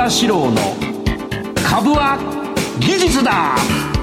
場志郎の株は技術だ。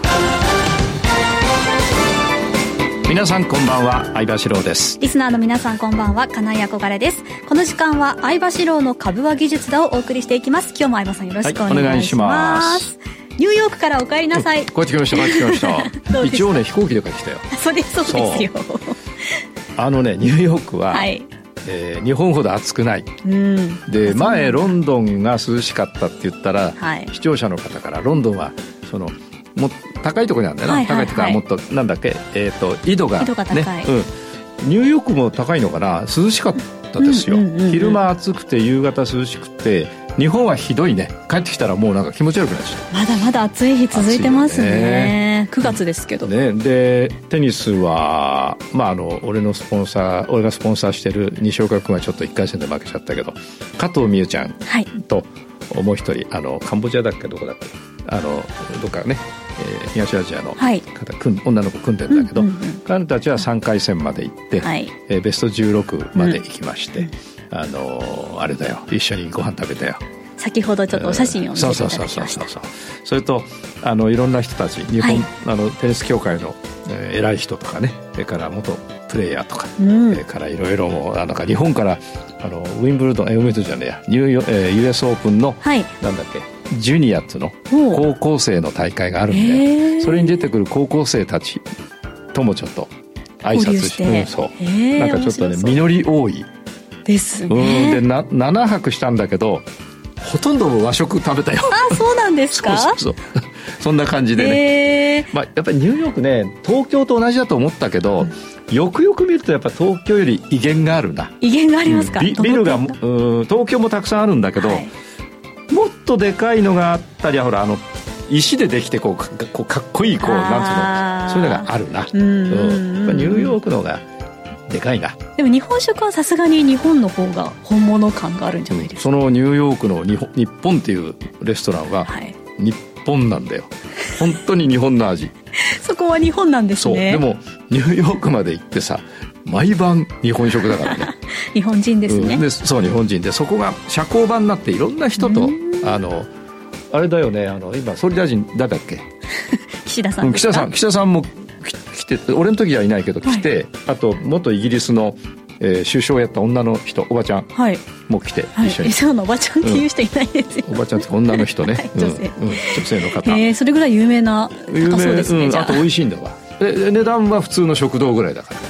皆さんこんばんは、相場志郎です。 リスナーの皆さんこんばんは、金井憧れです。この時間は相場志郎の株は技術だをお送りしていきます。今日も相場さんよろしくお願いします。ニューヨークからお帰りなさい。 帰ってきました一応ね飛行機で帰ってきたよ。 そうですよ。 ニューヨークは、はい日本ほど暑くない、で前ロンドンが涼しかったって言ったら、はい、視聴者の方からロンドンはもう高いところにあるんだよな、高いところはもっとなんだっけ、緯度が高い、ねニューヨークも高いのかな、涼しかったですよ、昼間暑くて夕方涼しくて、日本はひどいね。帰ってきたらもうなんか気持ち悪くなっちゃう。 まだまだ暑い日続いてますね。9月ですけど、ね、でテニスは、俺がスポンサーしてる西岡君はちょっと1回戦で負けちゃったけど、加藤美優ちゃんともう一人カンボジアだっけどこだっけどっかね、東アジアの方、女の子組んでるんだけど、彼たちは3回戦まで行って、ベスト16まで行きまして、あれだよ、一緒にご飯食べたよ。先ほどちょっとお写真を見せていただきました。それといろんな人たち、日本、テニス協会の、偉い人とかね、それから元プレイヤーとか、それからいろいろもなんか日本からウィンブルドン、ウィンブルドンじゃねえや、US オープンの、なんだっけ、ジュニアっていうの高校生の大会があるんで、それに出てくる高校生たちともちょっと挨拶して、なんかちょっとね実り多いですね。で7泊したんだけどほとんど和食食べたよ。あ、そうなんですか。そうそんな感じでね、やっぱりニューヨークね、東京と同じだと思ったけど、よくよく見るとやっぱ東京より威厳があるな。威厳がありますか。ビルが東京もたくさんあるんだけど、もっとでかいのがあったり、ほら石でできてこうかっこいいなんつうの、そういうのがあるな。やっぱニューヨークの方がでかいな。でも日本食はさすがに日本の方が本物感があるんじゃないですか。そのニューヨークの日本っていうレストランは日本なんだよ。本当に日本の味。そこは日本なんですね。そう、でもニューヨークまで行ってさ、毎晩日本食だからね。日本人ですね。そう日本人で、そこが社交場になっていろんな人とあれだよね、今総理大臣誰だっけ岸田さんですか。岸田さんも来て、俺の時はいないけど来て、あと元イギリスの、首相やった女の人、おばちゃんも来て、一緒に。そうなおばちゃんっていう人いないですよ。おばちゃんって女の人ね、女性の方。それぐらい有名な高そうですね。あと美味しいんだわ。値段は普通の食堂ぐらいだから、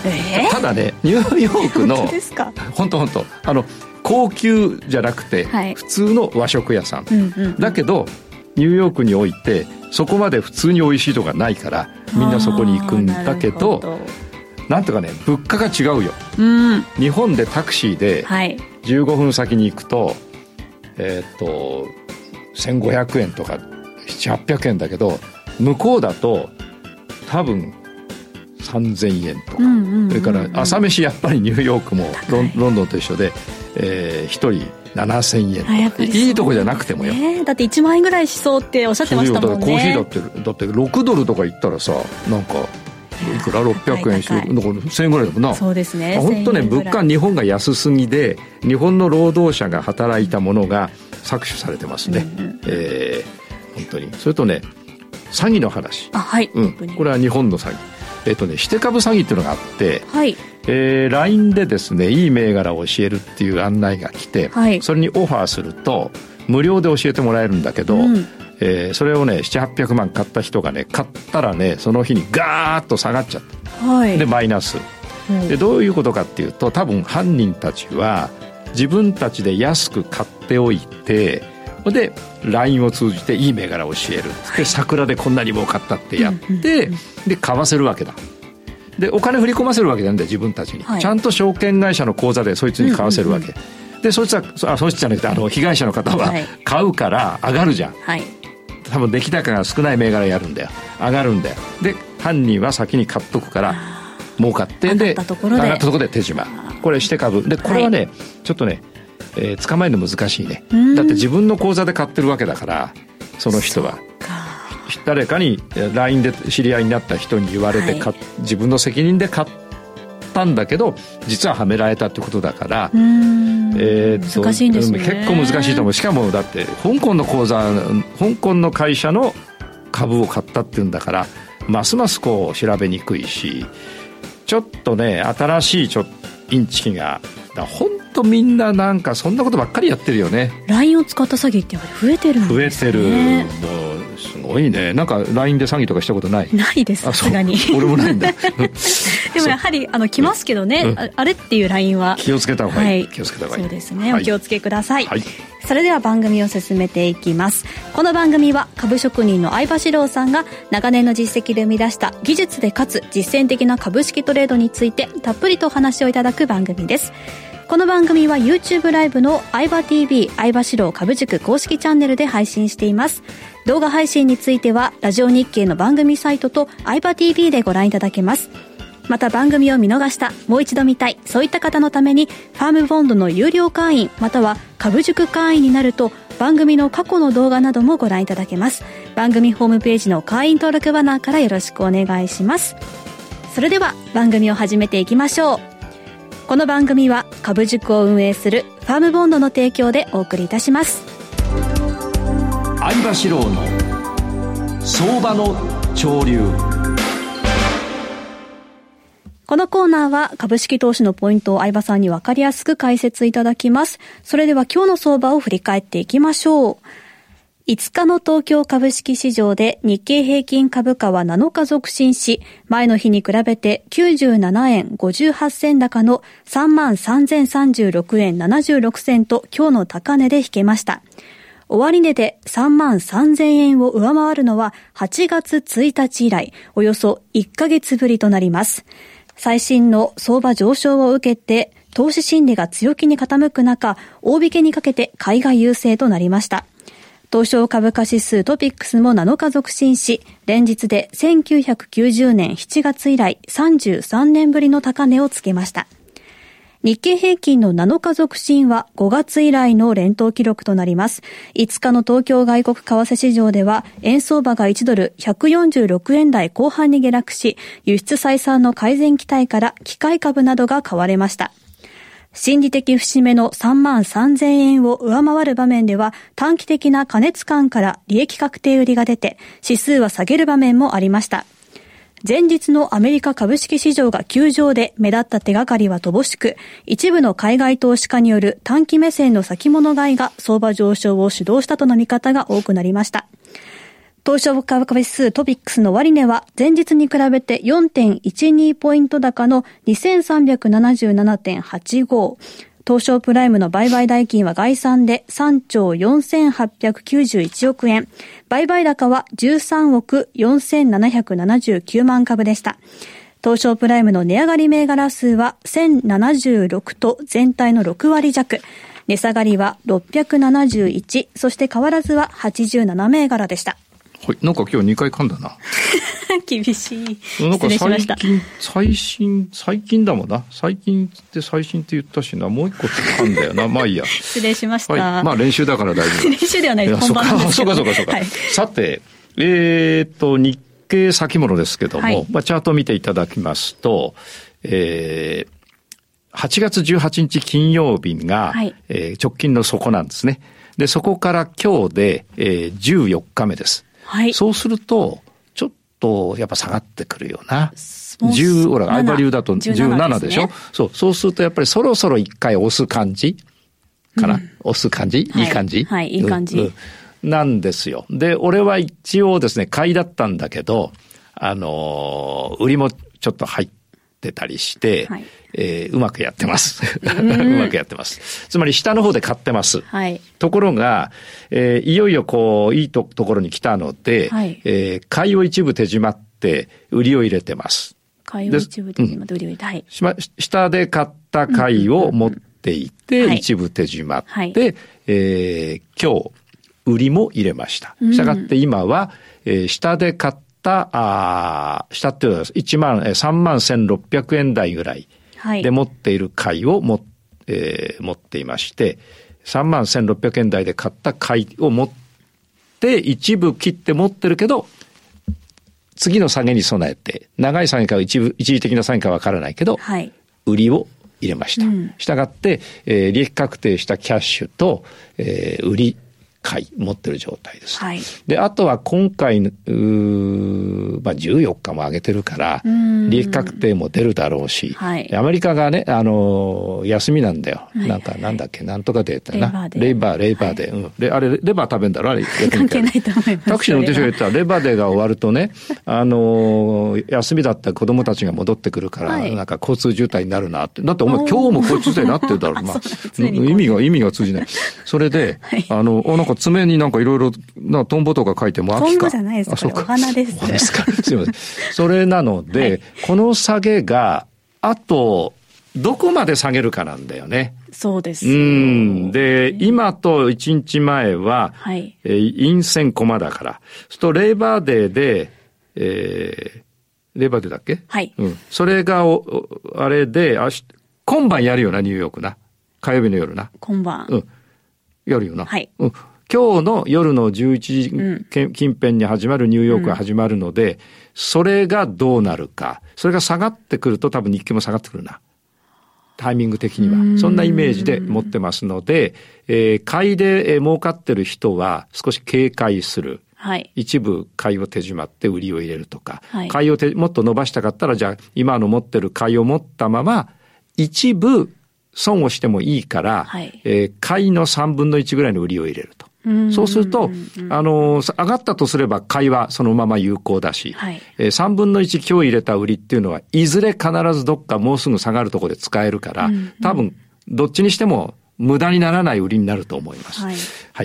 ただねニューヨークの本当高級じゃなくて、普通の和食屋さん、だけどニューヨークにおいてそこまで普通に美味しいとかないから、みんなそこに行くんだけど、なんとかね物価が違うよ、日本でタクシーで15分先に行くと、1500円とか700-800円だけど、向こうだと多分3000円とか、それから朝飯やっぱりニューヨークもロンドンと一緒で、1人7000円とか、いいとこじゃなくてもよ、だって1万円ぐらいしそうっておっしゃってましたもんね。コーヒーだって6ドルとか言ったらさ、なんかいくら600円しよう、だから1000円ぐらいだもんな。そうですね。本当ね、物価日本が安すぎで、日本の労働者が働いたものが搾取されてますね。本当に。それとね、詐欺の話、これは日本の詐欺、して株詐欺っていうのがあって、LINE でですね、いい銘柄を教えるっていう案内が来て、それにオファーすると無料で教えてもらえるんだけど、それをね700-800万買った人がね、買ったらねその日にガーッと下がっちゃった、でマイナス、でどういうことかっていうと、多分犯人たちは自分たちで安く買っておいて、で LINE を通じていい銘柄を教える、で桜でこんなに儲かったってやって、で買わせるわけだ。でお金振り込ませるわけなんだよ、自分たちに、ちゃんと証券会社の口座でそいつに買わせるわけ、でそいつはそいつじゃなくて被害者の方は買うから上がるじゃん、多分出来高が少ない銘柄やるんだよ、上がるんだよ。で犯人は先に買っとくから儲かって、で上がったところで手締ま、これして株で、これはね、ちょっとね捕まえるの難しいね。だって自分の口座で買ってるわけだから、その人は誰かに LINE で知り合いになった人に言われて、自分の責任で買ったったんだけど実ははめられたってことだから、 難しいんですね。 結構難しいと思う。しかもだって香港の会社の株を買ったっていうんだからますますこう調べにくいし、ちょっとね新しいインチキが本当みんななんかそんなことばっかりやってるよね。 LINE を使った詐欺ってやっぱり増えてるんですね。 増えてる。もうすごいね。なんか LINE で詐欺とかしたことない？ ないです、さすがに。 俺もないんだでもやはり来ますけどね、あれっていう LINE は気をつけた方がいい、気をつけた方がいい。 そうですね、お気をつけください、 はい、 それでは番組を進めていきます。この番組は株職人の相場志郎さんが長年の実績で生み出した技術でかつ実践的な株式トレードについてたっぷりとお話をいただく番組です。この番組は YouTube ライブの相場 TV 相場志郎株塾公式チャンネルで配信しています。動画配信についてはラジオ日経の番組サイトと相場 TV でご覧いただけます。また番組を見逃した、もう一度見たい、そういった方のためにファームボンドの有料会員または株塾会員になると番組の過去の動画などもご覧いただけます。番組ホームページの会員登録バナーからよろしくお願いします。それでは番組を始めていきましょう。この番組は株塾を運営するファームボンドの提供でお送りいたします。 相場志郎の相場の潮流。 このコーナーは株式投資のポイントを相場さんに分かりやすく解説いただきます。それでは今日の相場を振り返っていきましょう。5日の東京株式市場で日経平均株価は7日続伸し、前の日に比べて97円58銭高の 33,036 円76銭と今日の高値で引けました。終値で 33,000 円を上回るのは8月1日以来、およそ1ヶ月ぶりとなります。最新の相場上昇を受けて、投資心理が強気に傾く中、大引けにかけて買いが優勢となりました。東証株価指数トピックスも7日続伸し、連日で1990年7月以来33年ぶりの高値をつけました。日経平均の7日続伸は5月以来の連投記録となります。5日の東京外国為替市場では円相場が1ドル146円台後半に下落し、輸出採算の改善期待から機械株などが買われました。心理的節目の 33,000 円を上回る場面では短期的な過熱感から利益確定売りが出て指数は下げる場面もありました。前日のアメリカ株式市場が急上で目立った手がかりは乏しく、一部の海外投資家による短期目線の先物買いが相場上昇を主導したとの見方が多くなりました。東証株価指数トピックスの終値は前日に比べて 4.12 ポイント高の 2377.85。東証プライムの売買代金は概算で3兆4891億円。売買高は13億4779万株でした。東証プライムの値上がり銘柄数は1076と全体の6割弱。値下がりは671、そして変わらずは87銘柄でした。 はい、なんか今日2回噛んだな。 厳しい。 なんか最近だもんな。最近って最新って言ったしな。もう一個噛んだよな。まあいいや。 失礼しました。 はい、まあ練習だから大丈夫。 練習ではないです。本番なんですけど。 そうか。はい、さて、日経先物ですけども、はい、まあチャートを見ていただきますと、8月18日金曜日が、はい直近の底なんですね。で、そこから今日で、14日目です。はい。そうすると、ちょっとやっぱ下がってくるよな。ほら、相場流だと17でしょ、そうするとやっぱりそろそろ一回押す感じかな、押す感じ、いい感じ、 はい、いい感じ、 なんですよ。で、俺は一応ですね、買いだったんだけど、売りもちょっと入ってたりして、はいうまくやってます。うまくやってます。つまり下の方で買ってます。はい。ところが、いよいよこう、いいところに来たので、はい買いを一部手締まって売りを入れてます。 買いを一部手締まって売りを入れて、はい。 下で買った買いを持っていて、一部手締まって、はい今日、売りも入れました。したがって今は、下で買った下っていうのは31,600円台ぐらいで持っている買いを持っていまして、31,600円台で買った買いを持って一部切って持ってるけど、次の下げに備えて、長い下げか一時的な下げかわからないけど、はい、 売りを入れました。したがって、利益確定したキャッシュと、売り買い持ってる状態です。はい、で、あとは今回、14日も上げてるから、利益確定も出るだろうし、はい、アメリカがね、休みなんだよ。はい、なんだっけ、なんとかデータな。レイバーで。はい、あれ、レバー食べんだろあれ。 関係ないと思います。 タクシーの運転手が言ったら、レバーデーが終わるとね、休みだった子供たちが戻ってくるから、はい、なんか交通渋滞になるなって。だってお前今日も交通渋滞になってるだろう。まあ、意味が通じない。それで、はい、なんか爪になんかいろいろトンボとか書いても秋か。 トンボじゃないです。これお花です。 お花ですか。すいません。それなので、はい、この下げがあとどこまで下げるかなんだよね。 そうです。 で、今と1日前は、はい、陰線コマだから。そうするとレーバーデーで、レーバーデーだっけ？ はい。 それがあれで今晩やるよな、ニューヨークな。火曜日の夜な。 今晩。 やるよな。 はい。 今日の夜の11時近辺に始まるニューヨークが始まるので、それがどうなるか。それが下がってくると多分日経も下がってくるな。タイミング的には。そんなイメージで持ってますので、買いで儲かってる人は少し警戒する。はい、一部買いを手締まって売りを入れるとか、はい、買いをもっと伸ばしたかったら、じゃあ今の持ってる買いを持ったまま、一部損をしてもいいから、はい、買いの3分の1ぐらいの売りを入れると。そうすると、上がったとすれば買いはそのまま有効だし、はい、3分の1今日入れた売りっていうのは、いずれ必ずどっかもうすぐ下がるところで使えるから、多分、どっちにしても無駄にならない売りになると思います。はい。はい。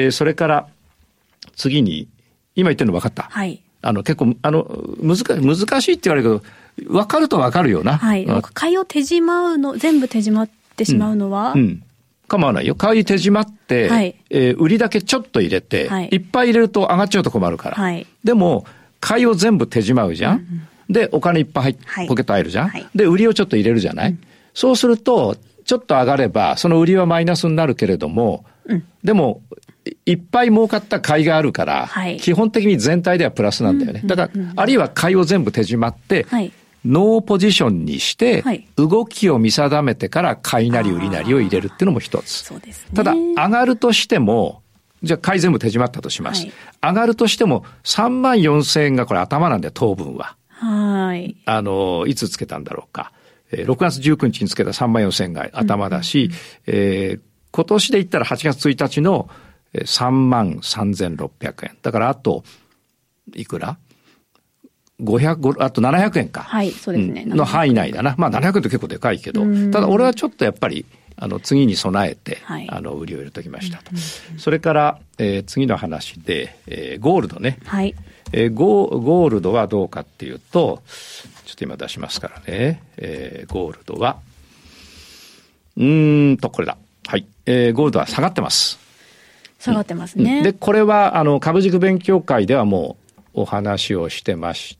それから、次に、今言ってるの分かった。はい。結構、難しいって言われるけど、分かると分かるよな。 はい。買いを手締まうの、全部手締まってしまうのは、 構わないよ。買い手締まって、はい、売りだけちょっと入れて、はい、いっぱい入れると上がっちゃうと困るから。はい、でも、買いを全部手締まうじゃん。で、お金いっぱいポケット入るじゃん。はい、で、売りをちょっと入れるじゃない。そうすると、ちょっと上がれば、その売りはマイナスになるけれども、でも、いっぱい儲かった買いがあるから、はい、基本的に全体ではプラスなんだよね。だから、あるいは買いを全部手締まって、はい、ノーポジションにして、はい、動きを見定めてから買いなり売りなりを入れるっていうのも一つ。 そうですね。 ただ、上がるとしても、じゃあ買い全部手締まったとします。はい、上がるとしても、34,000円がこれ頭なんだよ、当分は。 はい。 いつつけたんだろうか。6月19日につけた34,000円が頭だし、今年で言ったら8月1日の33,600円。だからあと、いくら？あと700円か。 はい、そうですね。 の範囲内だな。まあ700円って結構でかいけど、ただ俺はちょっとやっぱり、次に備えて、はい、売りを入れときましたと。それから、次の話で、ゴールドね。はい。ゴールドはどうかっていうと、ちょっと今出しますからね。ゴールドは、これだ。はい。ゴールドは下がってます。 下がってますね。 で、これは、株軸勉強会ではもうお話をしてまして、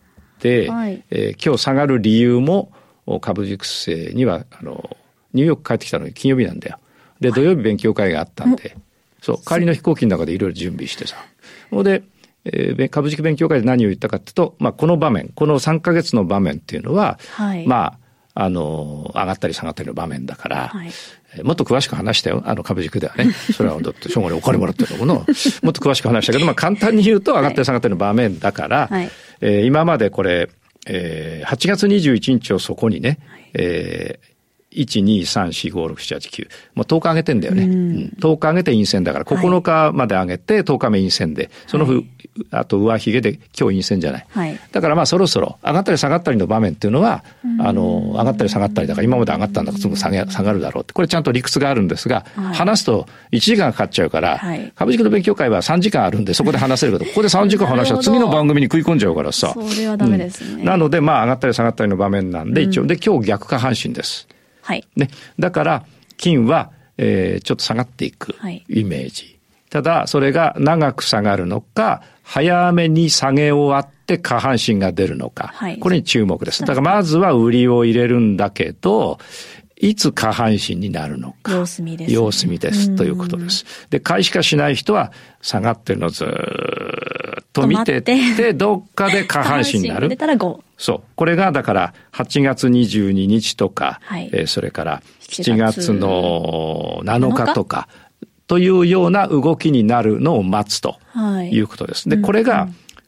はい、今日下がる理由も、株軸生には、ニューヨーク帰ってきたのに金曜日なんだよ。で、土曜日勉強会があったんで、そう、帰りの飛行機の中でいろいろ準備してさ。で、株式勉強会で何を言ったかっていうと、まあ、この場面、この3ヶ月の場面っていうのは、はい、まあ、上がったり下がったりの場面だから、はい、もっと詳しく話したよ。株軸ではね。それはだって、しょうがないお金もらってるものを、もっと詳しく話したけど、まあ、簡単に言うと上がったり下がったりの場面だから、はい、今までこれ、8月21日をそこにね、1、2、3、4、5、6、7、8、9。もう10日上げてんだよね。10日上げて陰線だから、9日まで上げて10日目陰線で、そのあと上髭で今日陰線じゃない。はい、だからまあそろそろ上がったり下がったりの場面っていうのは、上がったり下がったりだから今まで上がったんだからすぐ下がるだろうって。これちゃんと理屈があるんですが、話すと1時間かかっちゃうから、株式の勉強会は3時間あるんでそこで話せるけど、ここで3時間話したら次の番組に食い込んじゃうからさ。 それはダメですね。 なのでまあ上がったり下がったりの場面なんで、一応で今日逆下半身です。はい。ね。だから、金は、ちょっと下がっていくイメージ。はい、ただ、それが長く下がるのか、早めに下げ終わって下半身が出るのか。はい、これに注目です。だから、まずは売りを入れるんだけど、いつ下半身になるのか。 様子見です、ね。 様子見です。ということです。で、買いしかしない人は、下がってるのずーっと見てってどっかで下半身になる。 出たら5。 そう。これがだから8月22日とか、はい、それから7月の7日とかというような動きになるのを待つということです。はい、で、これが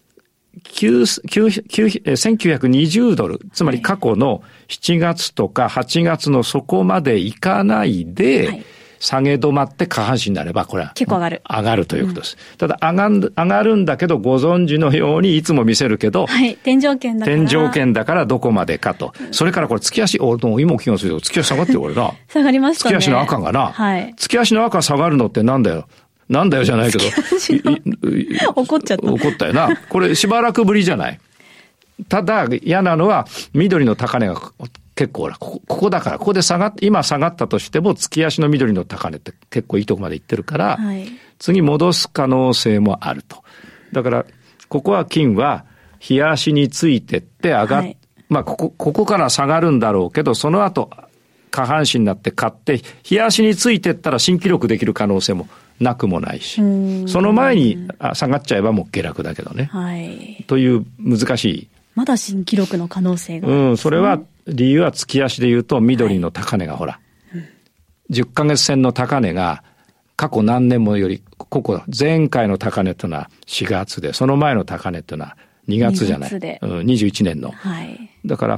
1920ドル、つまり過去の7月とか8月の底までいかないで、はい、下げ止まって下半身になれば、これは結構上がるということです。ただ上がるんだけど、ご存知のようにいつも見せるけど、 はい、天井圏だからどこまでかと。それからこれ月足、今気がするけど、月足下がってるこれな。 下がりましたね。 月足の赤がな。はい。月足の赤下がるのってなんだよじゃないけど。 怒っちゃった。 怒ったよな。これしばらくぶりじゃない。ただ嫌なのは緑の高値が結構ここだから、ここで今下がったとしても月足の緑の高値って結構いいとこまでいってるから、はい、次戻す可能性もあると。だからここは金は日足についてってはい、まあここから下がるんだろうけど、その後下半身になって買って日足についてったら新記録できる可能性もなくもないし、その前に下がっちゃえばもう下落だけどね、はい、という難しい、 まだ新記録の可能性があるんですね。 それは理由は月足で言うと緑の高値がほら、10ヶ月線の高値が過去何年もより前回の高値というのは4月で、その前の高値というのは2月じゃない、21年の、はい、だから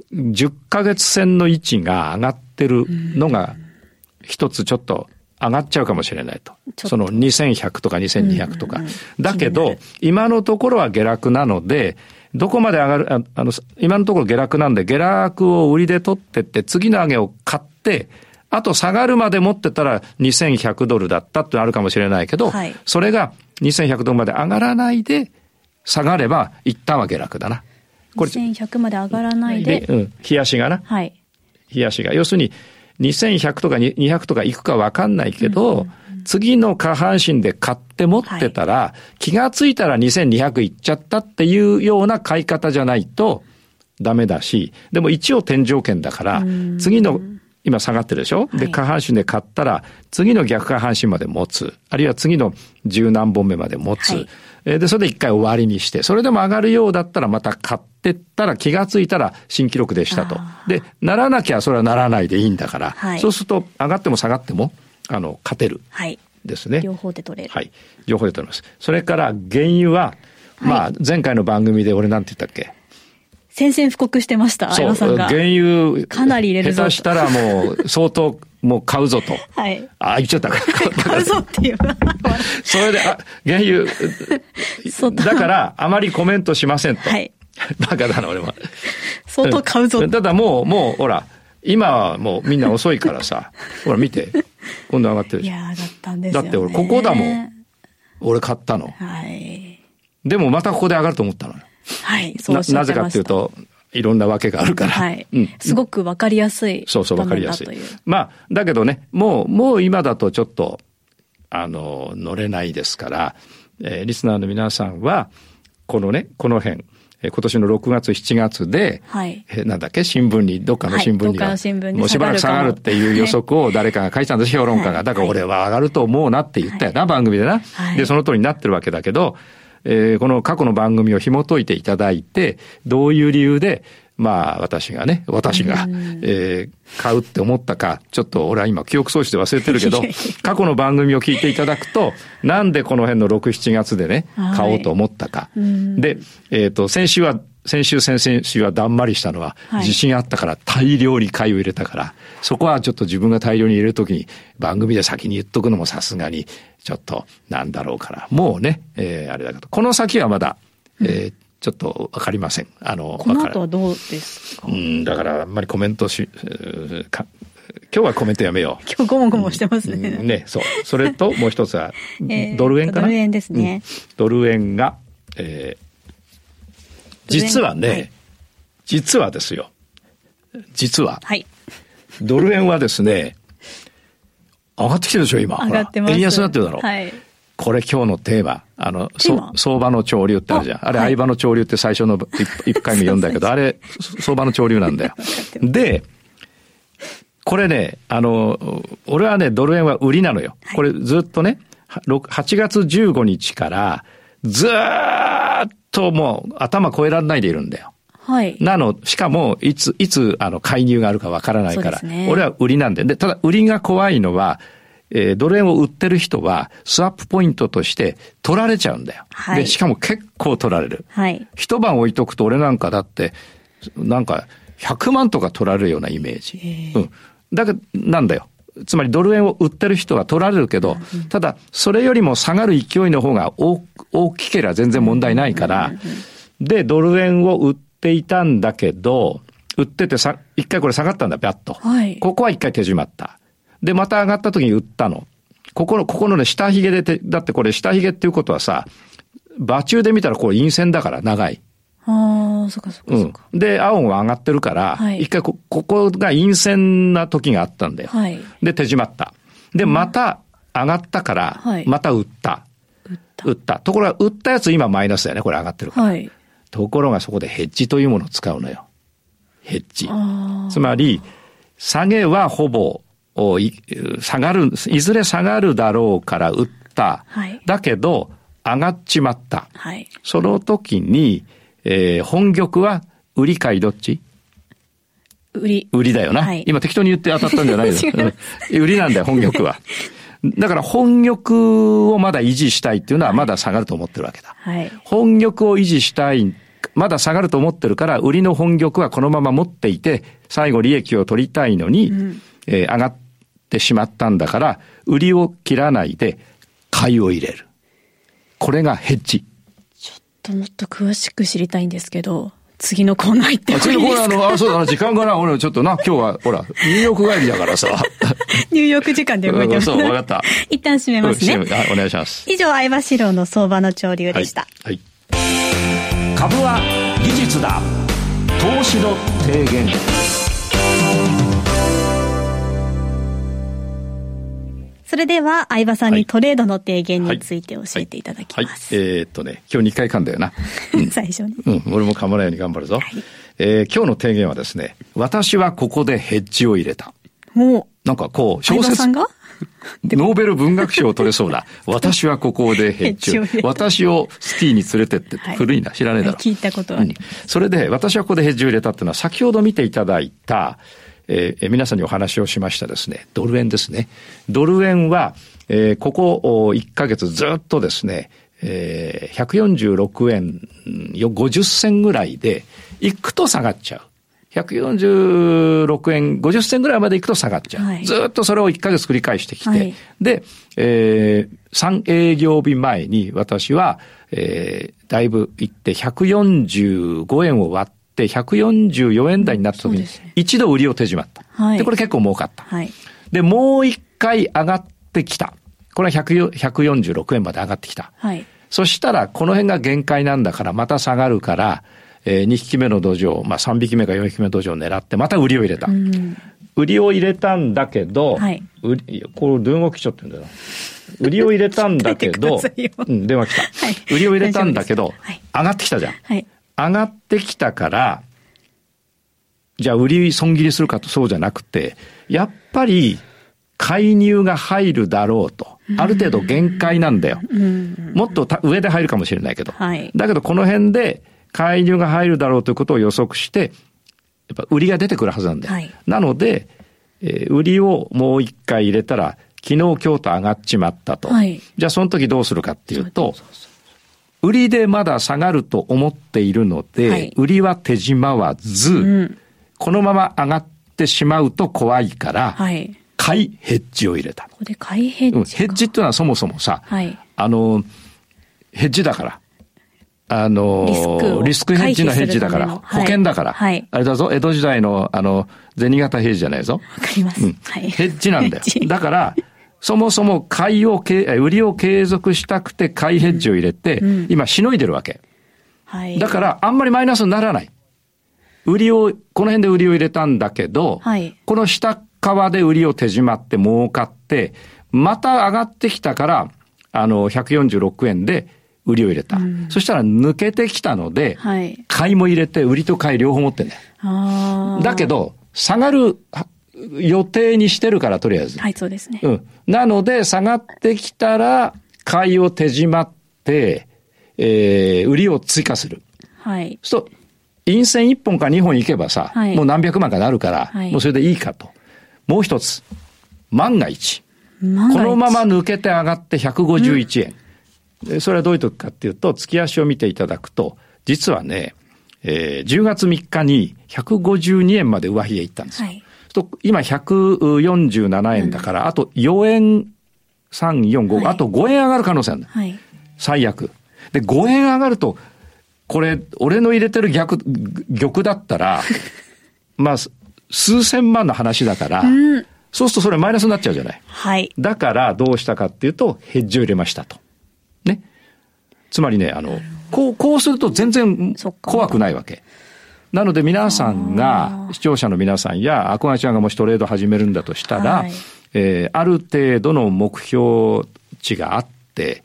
10ヶ月線の位置が上がってるのが一つちょっと上がっちゃうかもしれないと。その2100とか2200とか。だけど、今のところは下落なので、どこまで上がる、今のところ下落なんで、下落を売りで取ってって、次の上げを買って、あと下がるまで持ってたら2100ドルだったってあるかもしれないけど、はい、それが2100ドルまで上がらないで、下がれば一旦は下落だな。 これ2100まで上がらないで。 日足がな。はい。日足が。要するに、2100とか200とかいくか分かんないけど、次の下半身で買って持ってたら、はい、気がついたら2200いっちゃったっていうような買い方じゃないとダメだし、でも一応天井圏だから、次の、今下がってるでしょ、はい、で、下半身で買ったら、次の逆下半身まで持つ。あるいは次の十何本目まで持つ。はい、で、それで一回終わりにして、それでも上がるようだったらまた買ってったら気がついたら新記録でしたと。で、ならなきゃそれはならないでいいんだから、はい、そうすると上がっても下がっても、勝てる。はい。ですね。 両方で取れる。 はい。両方で取れます。それから原油は、まあ前回の番組で俺なんて言ったっけ？ 宣戦布告してました、相葉さんが。 原油、 かなり入れるぞと。 下手したらもう相当もう買うぞと。 はい。 言っちゃった。 買うぞっていう。 それで、原油、だからあまりコメントしませんと。はい。バカだな、俺は。 相当買うぞ。 ただもう、ほら、今はもうみんな遅いからさ、ほら見て。今度上がってるでしょ。 いや、上がったんですよね。 だって俺、ここだもん。俺買ったの。はい。でもまたここで上がると思ったのよ。 はい、そうおっしゃってました。 なぜかっていうと、いろんなわけがあるから。 はい。すごくわかりやすい。 そう、わかりやすい。まあ、だけどね、もう今だとちょっと、乗れないですから、リスナーの皆さんは、この辺、今年の6月、7月で、はい、なんだっけ、新聞に、どっかの新聞には、もうしばらく下がるっていう予測を誰かが書いてたんです、評論家が。だから俺は上がると思うなって言ったよな、番組でな。で、その通りになってるわけだけど、この過去の番組を紐解いていただいて、どういう理由で、まあ私が、買うって思ったか、ちょっと俺は今記憶喪失で忘れてるけど、過去の番組を聞いていただくと、なんでこの辺の6、7月でね、買おうと思ったか。で、先週先々週はだんまりしたのは、自信あったから大量に買いを入れたから、そこはちょっと自分が大量に入れるときに番組で先に言っとくのもさすがにちょっとなんだろうから、もうね、あれだけど、この先はまだ、ちょっとわかりません。この後はどうですか？ だからあんまりコメント今日はコメントやめよう。 今日ゴモゴモしてますね。 ね、そう。それともう一つは、ドル円かな？ ドル円ですね。 ドル円が、実はね、はい、実はですよ。実は、はい、ドル円はですね、上がってきてるでしょ、今。 上がってます。 円安になってるだろう。 はい。 これ今日のテーマ、相場の潮流ってあるじゃん。あれ、相場の潮流って最初の1回目読んだけど、あれ、相場の潮流なんだよ。で、これね、俺はね、ドル円は売りなのよ。これずっとね、8月15日からずーともう頭越えられないでいるんだよ。 はい。 しかも、いつ介入があるかわからないから、俺は売りなんで。で、ただ売りが怖いのは、ドル円を売ってる人は、スワップポイントとして取られちゃうんだよ。はい。で、しかも結構取られる。はい。一晩置いとくと俺なんかだって、なんか、100万とか取られるようなイメージ。うん。だけど、なんだよ。つまりドル円を売ってる人は取られるけど、ただ、それよりも下がる勢いの方が大きければ全然問題ないから、で、ドル円を売っていたんだけど、売ってて一回これ下がったんだ、ビャッと。はい。ここは一回手締まった。で、また上がった時に売ったの。ここのね、下髭でだってこれ下髭っていうことはさ、場中で見たらこれ陰線だから長い。 ああ、そっかそっかそっか。 で、青が上がってるから、はい、一回ここが陰線な時があったんだよ。はい。で、手締まった。で、また上がったから、また売った。売った。ところが、売ったやつ今マイナスだよね。これ上がってるから。はい。ところがそこでヘッジというものを使うのよ。ヘッジ。つまり、下げはほぼ、下がる、いずれ下がるだろうから売った。はい。だけど、上がっちまった。はい。その時に、本玉は売り買いどっち？売りだよな。はい、今適当に言って当たったんじゃないよ。売りなんだよ、本玉は。だから本玉をまだ維持したいっていうのはまだ下がると思ってるわけだ。はい、本玉を維持したい、まだ下がると思ってるから、売りの本玉はこのまま持っていて、最後利益を取りたいのに、上がってしまったんだから、売りを切らないで買いを入れる。これがヘッジ。 もっと詳しく知りたいんですけど、次のコーナー行ってもいいですか？ 次のコーナーそうだな、時間がな、俺ちょっとな、今日は、ほら、ニューヨーク帰りだからさ。 ニューヨーク時間で動いてます。 そう、わかった。 一旦締めますね。 はい、お願いします。 以上、相場志郎の相場の潮流でした。 はい。株は技術だ。投資の提言。 それでは、相場さんにトレードの提言について教えていただきます。 今日2回噛んだよな。 最初に。 俺も噛まないように頑張るぞ。今日の提言はですね、私はここでヘッジを入れた。なんかこう、小説。相場さんがノーベル文学賞を取れそうな。私はここでヘッジを。私をスキーに連れてって古いな、知らねえだろ。 聞いたことある。 それで、私はここでヘッジを入れたっていうのは、先ほど見ていただいた、皆さんにお話をしましたですね、ドル円ですね。ドル円は、ここ1ヶ月ずっとですね、146円50銭ぐらいで行くと下がっちゃう。146円50銭ぐらいまで行くと下がっちゃう。はい、ずっとそれを1ヶ月繰り返してきて、はい、で、3営業日前に私は、だいぶ行って145円を割って、144円台になった時に一度売りを手締まった。はい、で、これ結構儲かった。はい、で、もう一回上がってきた。これは146円まで上がってきた。はい、そしたら、この辺が限界なんだから、また下がるから、2匹目の土壌、3匹目か4匹目の土壌を狙って、また売りを入れた。売りを入れたんだけど、はい、これ電話来ちゃってんだよな。売りを入れたんだけど、電話来た。はい、売りを入れたんだけど、はい、上がってきたじゃん。はい、上がってきたから、じゃあ売り損切りするかとそうじゃなくて、やっぱり介入が入るだろうと。ある程度限界なんだよ。もっと上で入るかもしれないけど。はい、だけどこの辺で介入が入るだろうということを予測して、やっぱ売りが出てくるはずなんだよ。はい、なので、売りをもう一回入れたら、昨日今日と上がっちまったと。はい、じゃあその時どうするかっていうと、売りでまだ下がると思っているので、はい、売りは手締まわず、このまま上がってしまうと怖いから、はい、買いヘッジを入れた。 ここで買いヘッジヘッジっていうのはそもそもさ、はい、ヘッジだから。リスクヘッジのヘッジだから、保険だから、はい、あれだぞ、江戸時代の銭形平次じゃないぞ。 わかります。 はい、ヘッジなんだよ。だから、そもそも売りを継続したくて買いヘッジを入れて、今しのいでるわけ。はい、だから、あんまりマイナスにならない。この辺で売りを入れたんだけど、はい、この下側で売りを手締まって儲かって、また上がってきたから、146円で売りを入れた。そしたら抜けてきたので、はい、買いも入れて、売りと買い両方持ってんだよ。だけど、下がる予定にしてるから、とりあえず。 はい、そうですね。 なので、下がってきたら、買いを手締まって、 売りを追加する。 はい。 そうすると、陰線1本か2本いけばさ、はい、もう何百万かなるから、はい、もうそれでいいかと。もう一つ、万が一。このまま抜けて上がって151円。それはどういう時かっていうと、月足を見ていただくと、実はね、10月3日に152円まで上髭いったんですよ。はい、今147円だから、あと4円、3、4、5、はい、あと5円上がる可能性あるんだ。はい、最悪。で、5円上がると、これ、俺の入れてる玉だったら、まあ、数千万の話だから、そうするとそれマイナスになっちゃうじゃない。 はい。 だからどうしたかっていうと、ヘッジを入れましたと。ね。つまりね、こうすると全然怖くないわけ。なので皆さんが、視聴者の皆さんや、アコガちゃんがもしトレード始めるんだとしたら、はい、ある程度の目標値があって、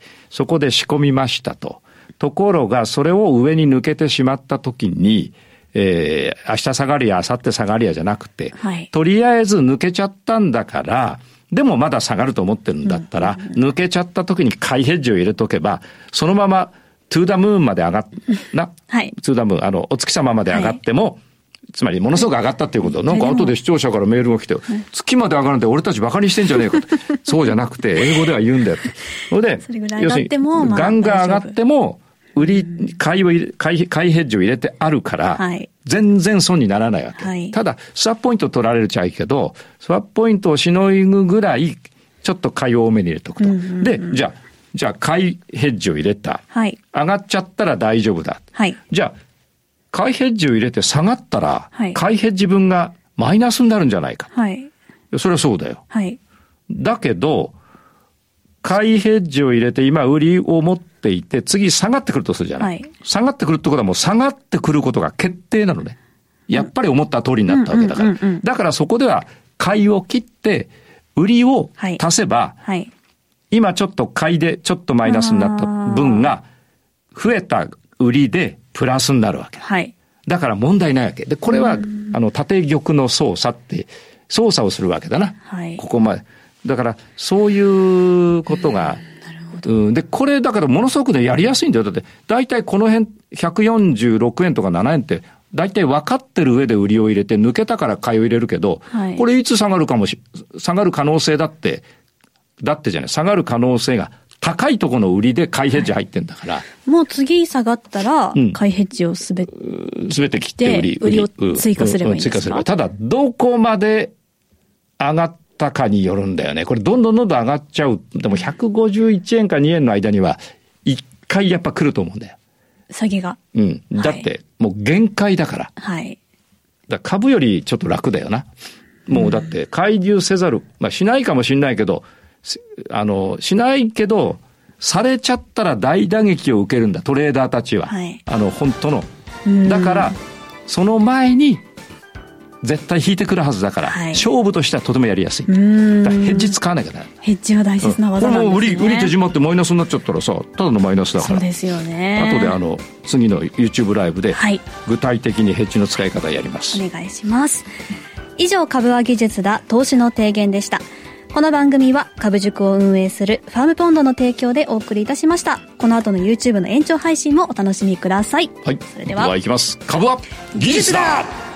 そこで仕込みましたと。ところが、それを上に抜けてしまったときに、明日下がりや明後日下がりやじゃなくて、はい、とりあえず抜けちゃったんだから、でもまだ下がると思ってるんだったら、抜けちゃった時に買いヘッジを入れとけば、そのままトゥーダムーンまで上がっ、はい、トゥーダムーン、お月様まで上がっても、はい、つまりものすごく上がったっていうこと、なんか後で視聴者からメールが来て、月まで上がるんで俺たちバカにしてんじゃねえかと。そうじゃなくて、英語では言うんだよ。それで、要するに、ガンガン上がっても、買いヘッジを入れてあるから、はい、全然損にならないわけ。はい、ただ、スワップポイント取られるちゃいけど、スワップポイントをしのぐぐらい、ちょっと買いを多めに入れておくと。で、じゃあ、買いヘッジを入れた。はい、上がっちゃったら大丈夫だ。はい、じゃあ、買いヘッジを入れて下がったら、はい、買いヘッジ分がマイナスになるんじゃないか。はい、それはそうだよ。はい、だけど、買いヘッジを入れて今売りを持っていて、次下がってくるとするじゃない。はい、下がってくるってことはもう下がってくることが決定なのね。やっぱり思った通りになったわけだから。だからそこでは買いを切って、売りを足せば、はいはい、今ちょっと買いでちょっとマイナスになった分が、増えた売りでプラスになるわけ。はい、だから問題ないわけ。で、これは、縦玉の操作って、操作をするわけだな。はい、ここまで。だから、そういうことが、で、これだからものすごくね、やりやすいんだよ。だって、大体この辺、146円とか7円って、大体分かってる上で売りを入れて、抜けたから買いを入れるけど、はい、これいつ下がる可能性だってじゃない、下がる可能性が高いところの売りで買いヘッジ入ってんだから。はい、 もう次下がったら、買いヘッジをすべて切って売りを追加すればいいんですか？追加すれば。 ただ、どこまで上がったかによるんだよね。これどんどん上がっちゃう。でも151円か2円の間には、一回やっぱ来ると思うんだよ。 下げが。 だって、もう限界だから。はい。だから株よりちょっと楽だよな。もうだって、介入せざる、しないかもしんないけど、しないけど、されちゃったら大打撃を受けるんだ、トレーダーたちは。はい。本当の。だから、その前に、絶対引いてくるはずだから、はい、勝負としてはとてもやりやすい。だからヘッジ使わなきゃな。 ヘッジは大切な技なんですね。 もう売り手締まってマイナスになっちゃったらさ、ただのマイナスだから。 そうですよね。 後で次の YouTube ライブで、具体的にヘッジの使い方やります。 お願いします。以上、株は技術だ、投資の提言でした。この番組は株塾を運営するファームポンドの提供でお送りいたしました。この後の YouTube の延長配信もお楽しみください。 はい。それでは。ではいきます。株は技術だ。